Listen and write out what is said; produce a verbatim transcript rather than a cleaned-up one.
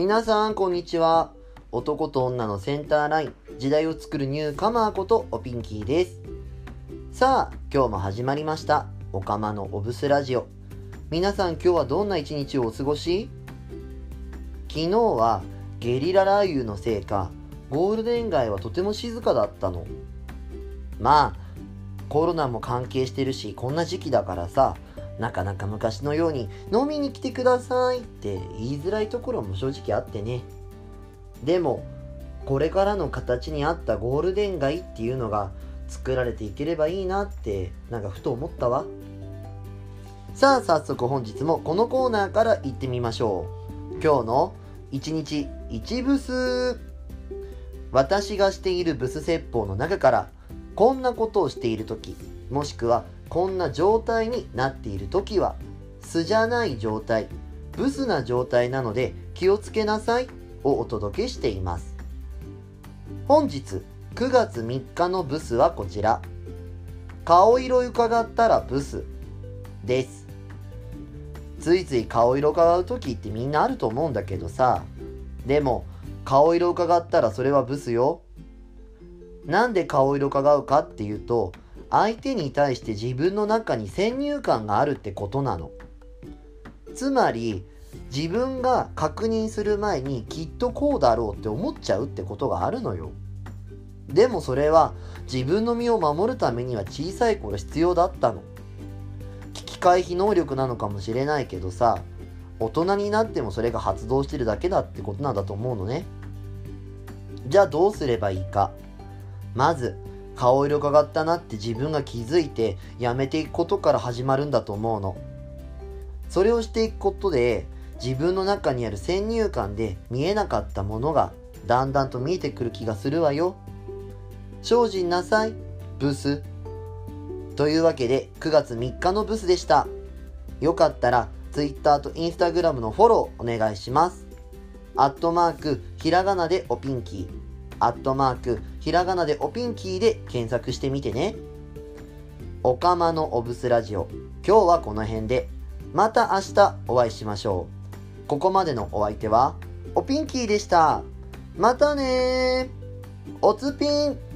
皆さんこんにちは。男と女のセンターライン、時代を作るニューカマーことおピンキーです。さあ今日も始まりましたおかまのおブスラジオ。皆さん今日はどんな一日をお過ごし？昨日はゲリラ雷雨のせいかゴールデン街はとても静かだったの。まあコロナも関係してるしこんな時期だからさ、なかなか昔のように飲みに来てくださいって言いづらいところも正直あってね。でもこれからの形に合ったゴールデン街っていうのが作られていければいいなってなんかふと思ったわ。さあ早速本日もこのコーナーから行ってみましょう。今日の一日一ブス。私がしているブス説法の中からこんなことをしているとき、もしくはこんな状態になっているときは素じゃない状態、ブスな状態なので気をつけなさいをお届けしています。本日くがつみっかのブスはこちら。顔色伺ったらブスです。ついつい顔色伺うときってみんなあると思うんだけどさ、でも顔色伺ったらそれはブスよ。なんで顔色伺うかっていうと、相手に対して自分の中に先入観があるってことなの。つまり自分が確認する前にきっとこうだろうって思っちゃうってことがあるのよ。でもそれは自分の身を守るためには小さい頃必要だったの。危機回避能力なのかもしれないけどさ、大人になってもそれが発動してるだけだってことなんだと思うのね。じゃあどうすればいいか。まず顔色伺ったなって自分が気づいてやめていくことから始まるんだと思うの。それをしていくことで自分の中にある先入観で見えなかったものがだんだんと見えてくる気がするわよ。精進なさいブス。というわけでくがつみっかのブスでした。よかったら Twitter と Instagram のフォローお願いします。アットマークひらがなでおピンキー、アットマークひらがなでおピンキーで検索してみてね。おかまのおブスラジオ、今日はこの辺で。また明日お会いしましょう。ここまでのお相手はおピンキーでした。またねー。おつぴん。